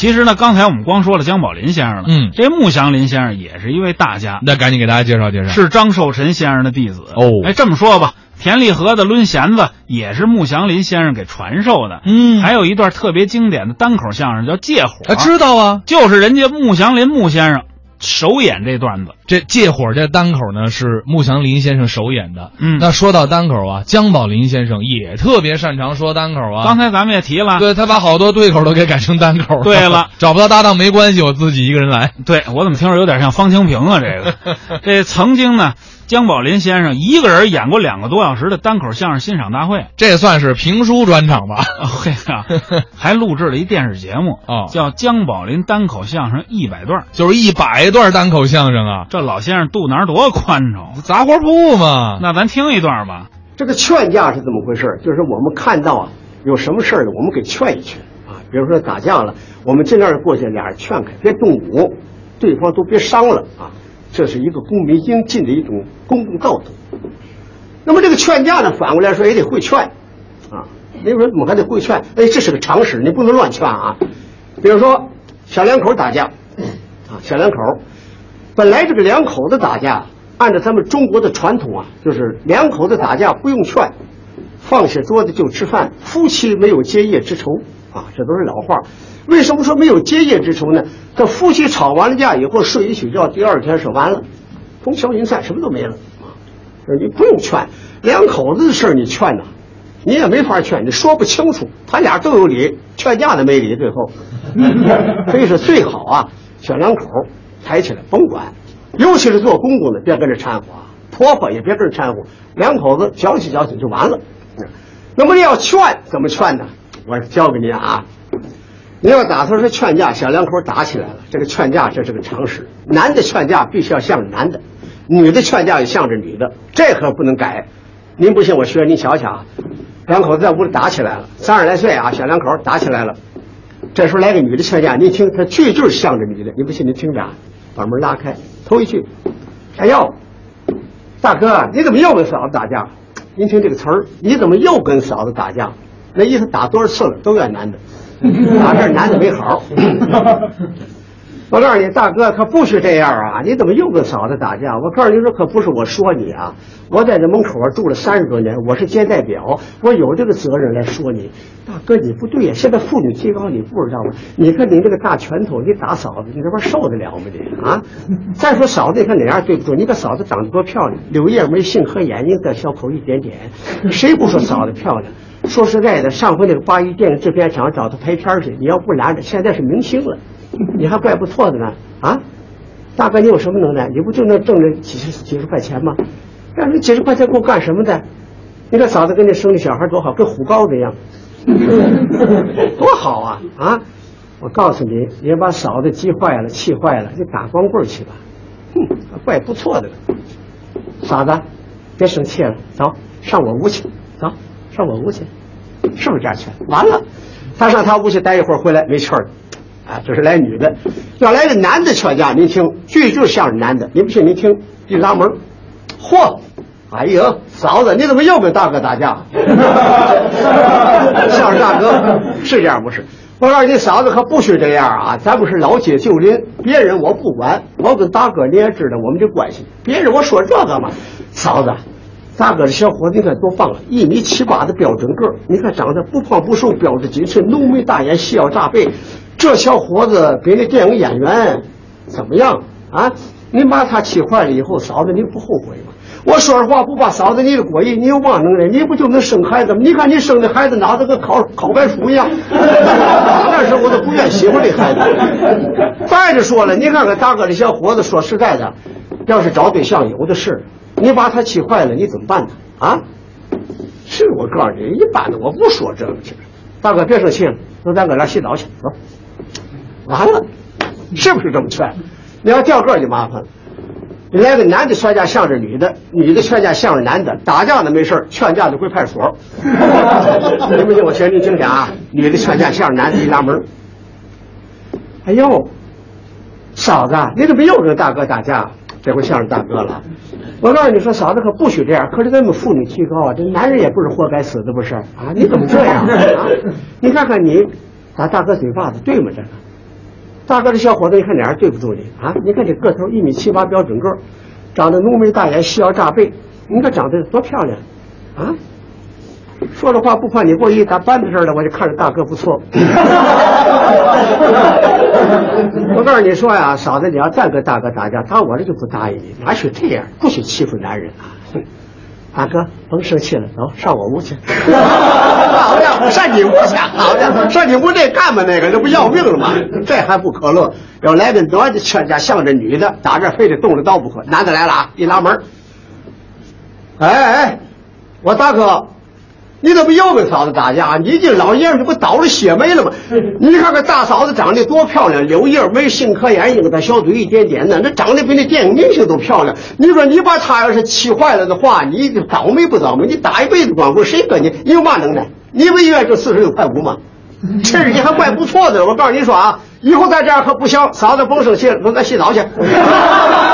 其实呢，刚才我们光说了姜宝林先生了，这穆祥林先生也是一位大家， 那赶紧给大家介绍介绍， 是张寿臣先生的弟子哦。 哎，这么说吧，田立和的抡弦子也是穆祥林先生给传授的。还有一段特别经典的单口相声叫《借火》， 知道啊， 就是人家穆祥林穆先生首演这段子。 这借火这单口呢是穆祥林先生首演的。那说到单口啊，姜宝林先生也特别擅长说单口啊。 刚才咱们也提了， 对，他把好多对口都给改成单口。 对了， 找不到搭档没关系，我自己一个人来。 对，我怎么听着有点像方清平啊？这个，这曾经呢，姜宝林先生一个人演过2个多小时的单口相声欣赏大会， 这算是评书专场吧？ 嘿啊，还录制了一电视节目叫《姜宝林单口相声100段》， 就是100段单口相声啊！ 这老先生肚腩多宽敞， 杂货铺嘛。 那咱听一段吧。 这个劝架是怎么回事？就是我们看到有什么事儿呢，我们给劝一劝啊。比如说打架了，我们尽量过去，俩人劝开，别动武，对方都别伤了啊。这是一个公民应尽的一种公共道德。那么这个劝架呢，反过来说也得会劝啊。你说怎么还得会劝？哎，这是个常识，你不能乱劝啊。比如说小两口打架啊，小两口本来这个两口子打架，按照咱们中国的传统啊，就是两口子打架不用劝，放下桌子就吃饭，夫妻没有结业之仇啊，这都是老话。为什么说没有结业之仇呢？这夫妻吵完了架以后睡一宿觉，第二天是完了，风消云散，什么都没了啊。你不用劝，两口子的事儿你劝呐，你也没法劝，你说不清楚，他俩都有理，劝架的没理，最后，所以说最好啊，小两口抬起来甭管，尤其是做公公的别跟着掺和，婆婆也别跟着掺和，两口子搅起搅起就完了。那么要劝怎么劝呢？我教给你啊，你要打算是劝架，小两口打起来了，这个劝架这是个常识，男的劝架必须要向着男的，女的劝架也向着女的，这可不能改。您不信我学您瞧瞧，两口子在屋里打起来了，30来岁啊，小两口打起来了，这时候来个女的劝架，您听他句句向着女的，您不信您听着啊，把门拉开，头一句，哎呦，大哥你怎么又跟嫂子打架？您听这个词儿，你怎么又跟嫂子打架？那意思打多少次了都怨男的，打这儿男的没好。我告诉你，大哥可不许这样啊！你怎么又跟嫂子打架？我告诉你说，可不是我说你啊！我在这门口住了30多年，我是监代表，我有这个责任来说你。大哥，你不对呀！现在妇女提高，你不知道吗？你看你这个大拳头，你打嫂子，你这玩意儿受得了吗你啊？再说嫂子，你看哪样对不住？你看嫂子长得多漂亮，柳叶眉、杏核眼睛，的小口一点点，谁不说嫂子漂亮？说实在的，上回那个八一电影制片厂找他拍片去，你要不拦着，现在是明星了。你还怪不错的呢啊！大哥，你有什么能耐？你不就能挣这几十块钱吗？让这几十块钱给我干什么的？你这嫂子跟你生的小孩多好，跟虎羔子一样，多好啊！啊！我告诉你，你把嫂子急坏了、气坏了，你打光棍去吧。怪不错的了。嫂子，别生气了，走上我屋去，走上我屋去，是不是这样去？完了，他上他屋去待一会儿，回来没气儿了。啊，这是来女的，要来个男的劝架，您听，句句像是男的，您不信您听，一拉门，嚯，哎呦，嫂子，你怎么又跟大哥打架？像是大哥，是这样不是？我告诉你，嫂子可不许这样啊！咱不是老街旧邻，别人我不管，我跟大哥你也知道我们这关系，别人我说这干嘛？嫂子。大哥这小伙子你看多棒啊！1米7、8的标准个，你看长得不胖不瘦，标致紧身，浓眉大眼，细腰炸背，这小伙子比那电影演员怎么样啊？您把他气坏了以后，嫂子您不后悔吗？我说实话，不把嫂子你的过意，你有嘛能耐？你不就能生孩子吗？你看你生的孩子脑子跟烤白薯一样，那时候我都不愿媳妇这孩子。再者说了，你看看大哥这小伙子，说实在的，要是找对象有的是。你把他气坏了，你怎么办呢？啊，是我告诉你，一般的我不说这个去。大哥别生气了，说咱搁这洗澡去，走。完了，是不是这么劝？你要掉个就麻烦了。你来个男的劝架向着女的，女的劝架向着男的，打架的没事，劝架的归派出所。你不信我学您听讲啊，女的劝架向着男的，一拉门。哎呦，嫂子，你怎么又跟大哥打架？这回像是大哥了。我告诉你说，嫂子可不许这样。可是咱们妇女提高啊，这男人也不是活该死的，不是啊？你怎么这样啊？你看看你打大哥嘴巴子，对吗？这个大哥这小伙子，你看哪儿对不住你啊？你看这个头1米7、8标准个，长得浓眉大眼、细腰炸背，你看长得多漂亮啊！说的话不怕你过一打扳子似的，我就看着大哥不错。我告诉你说呀，嫂子，你要再跟大哥打架，打我这就不答应你，哪许这样？不许欺负男人啊！大哥，甭生气了，走上我屋去。好家伙，上你屋去！好家伙，上你屋这干嘛？那个这不要命了吗？这还不可乐？要来个哪吒全家向着女的，打这非得动着刀不可。男的来了啊，一拉门，哎，我大哥。你怎么又跟嫂子打架？你这老爷们这不倒了血霉了吗？你看看大嫂子长得多漂亮，柳叶眉，杏壳眼，樱桃小嘴一点点的，那长得比那电影明星都漂亮。你说你把她要是气坏了的话，你倒霉不倒霉？你打一辈子光棍，谁跟你？你有嘛能耐？你不一月就46块5吗？这日子还怪不错的。我告诉你说啊，以后再这样可不行，嫂子甭生气了，咱洗澡去。